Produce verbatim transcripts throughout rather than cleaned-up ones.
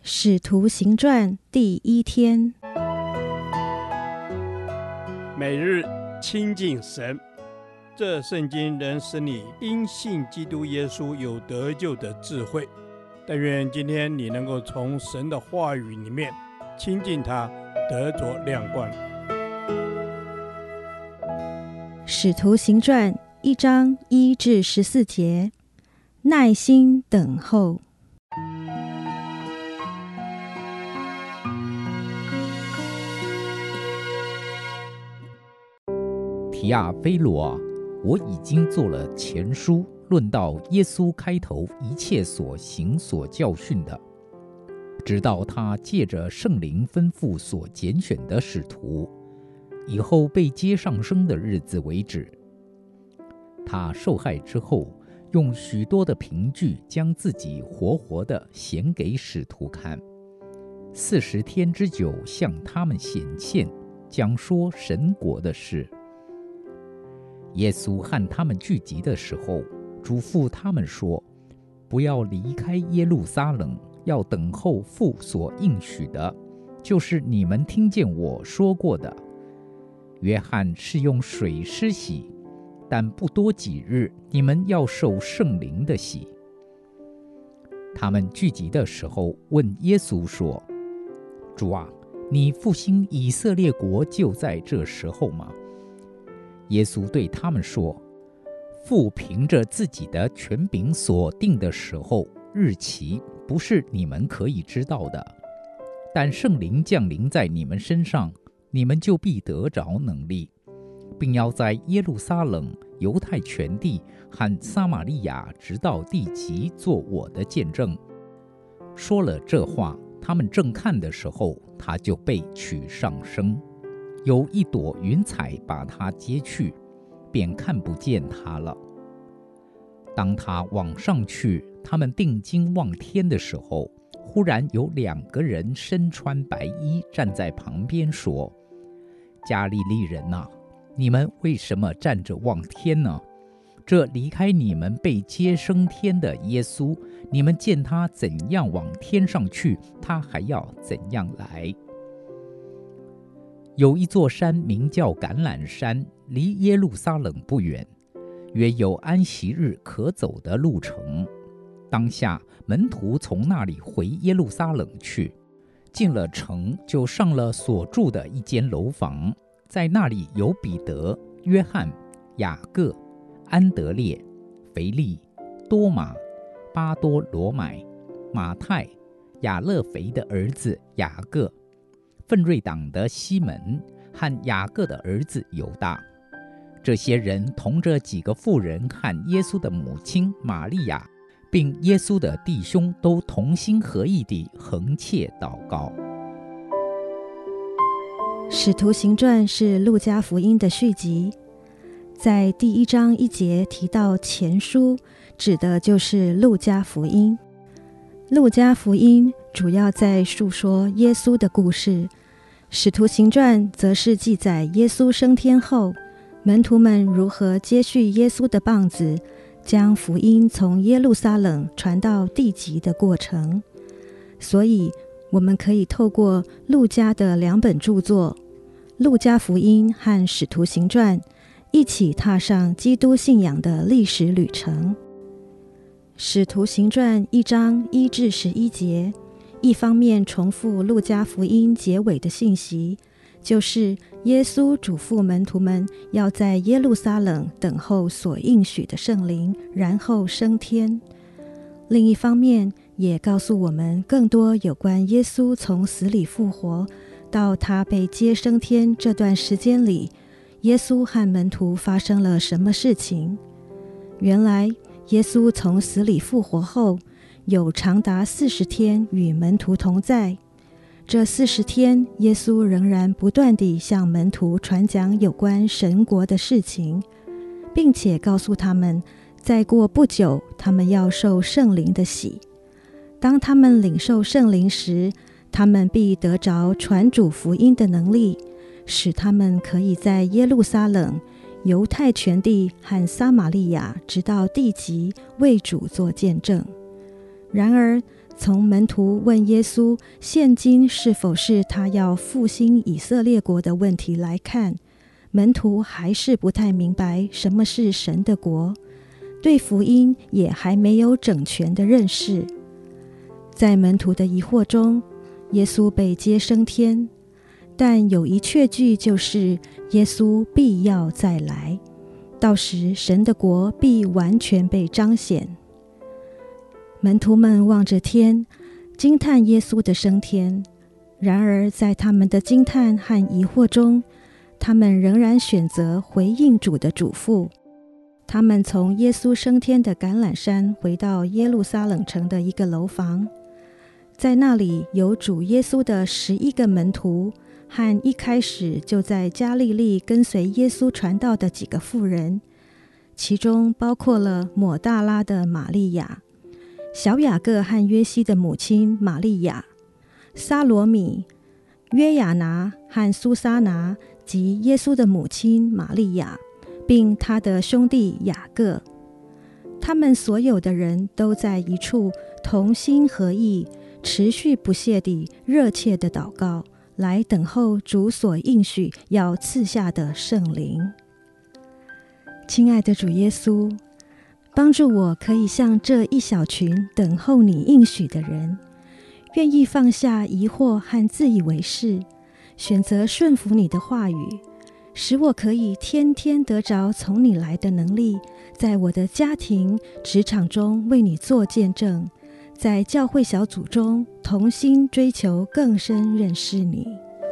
使徒行传第一天， 每日亲近神，这圣经能使你因信基督耶稣有得救的智慧。但愿今天你能够从神的话语里面亲近他，得着亮光。 使徒行传一章一至十四节，耐心等候。 提亚非罗啊，我已经做了前书，论到耶稣开头一切所行所教训的，直到他借着圣灵吩咐所拣选的使徒，以后被接上升的日子为止。他受害之后，用许多的凭据将自己活活的显给使徒看，四十天之久向他们显现，讲说神国的事。耶稣和他们聚集的时候，嘱咐他们说，不要离开耶路撒冷，要等候父所应许的，就是你们听见我说过的。约翰是用水施洗，但不多几日，你们要受圣灵的洗。他们聚集的时候，问耶稣说，主啊，你复兴以色列国就在这时候吗？耶稣对他们说，父凭着自己的权柄所定的时候日期，不是你们可以知道的，但圣灵降临在你们身上，你们就必得着能力，并要在耶路撒冷、犹太全地和撒玛利亚直到地极做我的见证。说了这话，他们正看的时候，他就被取上升，有一朵云彩把他接去，便看不见他了。当他往上去，他们定睛望天的时候，忽然有两个人身穿白衣站在旁边说，加利利人啊，你们为什么站着望天呢？这离开你们被接升天的耶稣，你们见他怎样往天上去，他还要怎样来。有一座山名叫橄榄山，离耶路撒冷不远，约有安息日可走的路程。当下门徒从那里回耶路撒冷去，进了城，就上了所住的一间楼房，在那里有彼得、约翰、雅各、安德烈、腓利、多马、巴多罗买、马太、亚勒腓的儿子雅各、奋锐党的西门和雅各的儿子犹大。这些人同着几个妇人和耶稣的母亲玛利亚，并耶稣的弟兄，都同心合意地恒切祷告。 使徒行传是路加福音的续集，在第一章一节提到前书，指的就是路加福音。路加福音主要在述说耶稣的故事，使徒行传则是记载耶稣升天后，门徒们如何接续耶稣的棒子，将福音从耶路撒冷传到地极的过程。所以我们可以透过路加的两本著作，路加福音和使徒行传，一起踏上基督信仰的历史旅程。使徒行传一章一至十一节，一方面重复路加福音结尾的信息，就是耶稣嘱咐门徒们要在耶路撒冷等候所应许的圣灵，然后升天。另一方面也告诉我们更多有关耶稣从死里复活到他被接升天这段时间里，耶稣和门徒发生了什么事情。原来耶稣从死里复活后，有长达四十天与门徒同在。这四十天，耶稣仍然不断地向门徒传讲有关神国的事情，并且告诉他们，再过不久，他们要受圣灵的洗。当他们领受圣灵时，他们必得着传主福音的能力，使他们可以在耶路撒冷、犹太全地和撒玛利亚直到地极为主做见证。然而从门徒问耶稣现今是否是他要复兴以色列国的问题来看，门徒还是不太明白什么是神的国，对福音也还没有整全的认识。在门徒的疑惑中，耶稣被接升天，但有一确据，就是耶稣必要再来，到时神的国必完全被彰显。门徒们望着天，惊叹耶稣的升天。然而在他们的惊叹和疑惑中，他们仍然选择回应主的嘱咐。他们从耶稣升天的橄榄山回到耶路撒冷城的一个楼房，在那里有主耶稣的十一个门徒和一开始就在加利利跟随耶稣传道的几个妇人，其中包括了抹大拉的玛利亚、小雅各和约西的母亲玛利亚、撒罗米、约亚拿和苏撒拿及耶稣的母亲玛利亚，并他的兄弟雅各。他们所有的人都在一处同心合意，持续不懈地热切地祷告，来等候主所应许要赐下的圣灵。亲爱的主耶稣，帮助我可以像这一小群等候你应许的人，愿意放下疑惑和自以为是，选择顺服你的话语，使我可以天天得着从你来的能力，在我的家庭、职场中为你做见证，在教会小组中同心追求更深认识你。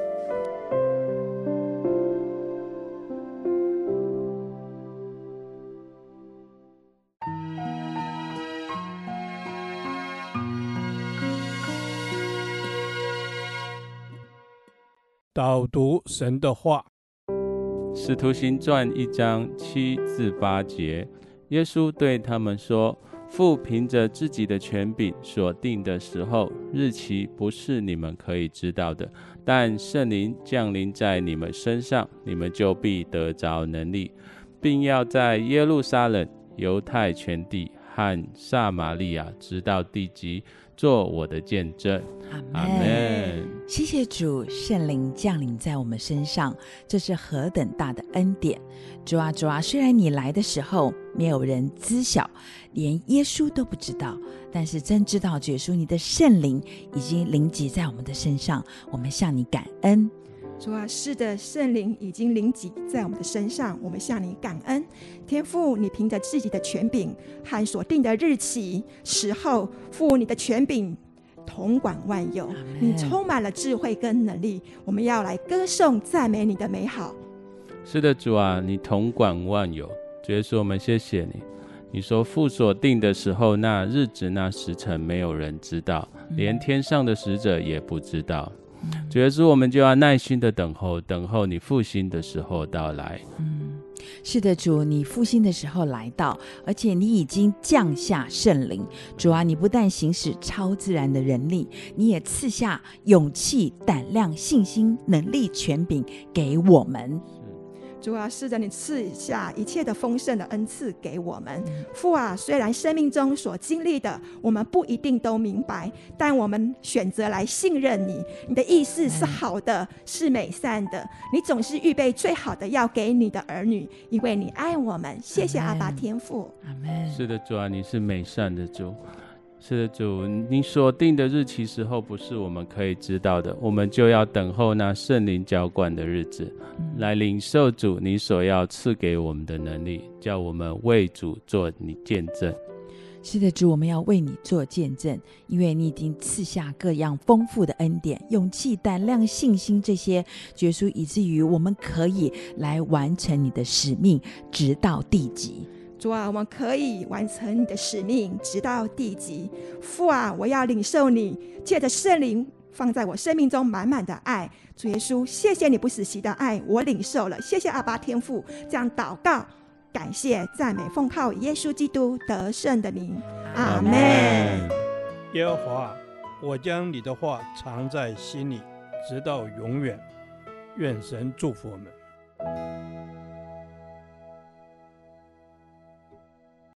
导读神的话。 使徒行传一章七至八节，耶稣对他们说，父凭着自己的权柄所定的时候日期，不是你们可以知道的，但圣灵降临在你们身上，你们就必得着能力，并要在耶路撒冷、犹太全地和撒玛利亚直到地极做我的见证。 阿们。谢谢主，圣灵降临在我们身上，这是何等大的恩典。主啊主啊，虽然你来的时候没有人知晓，连耶稣都不知道，但是真知道耶稣你的圣灵已经临及在我们的身上，我们向你感恩。 主啊，是的，圣灵已经临及在我们的身上，我们向你感恩。天父，你凭着自己的权柄和所定的日期时候，父你的权柄统管万有，你充满了智慧跟能力，我们要来歌颂赞美你的美好。 是的，主啊，你统管万有。主耶稣，我们谢谢你。你说父所定的时候，那日子那时辰没有人知道，连天上的使者也不知道。主耶稣，我们就要耐心的等候，等候你复兴的时候到来。 嗯，是的，主，你复兴的时候来到，而且你已经降下圣灵。主啊，你不但行使超自然的能力，你也赐下勇气、胆量、信心、能力、权柄给我们。 主啊，是的，你赐下一切的丰盛的恩赐给我们。父啊，虽然生命中所经历的我们不一定都明白，但我们选择来信任你，你的意思是好的，是美善的，你总是预备最好的要给你的儿女，因为你爱我们。谢谢阿爸天父。 阿们。 是的，主啊，你是美善的主。是的，主，你所定的日期时候不是我们可以知道的，我们就要等候那圣灵浇灌的日子，嗯、来领受主你所要赐给我们的能力，叫我们为主做你见证。 是的，主，我们要为你做见证，因为你已经赐下各样丰富的恩典、勇气、胆量、信心这些耶稣，以至于我们可以来完成你的使命，直到地极。 主啊，我们可以完成你的使命，直到地极。父啊，我要领受你借着圣灵放在我生命中满满的爱。主耶稣，谢谢你不死息的爱，我领受了。谢谢阿爸天父，这样祷告，感谢赞美，奉靠耶稣基督得胜的名。阿们。 耶和华，我将你的话藏在心里，直到永远。愿神祝福我们。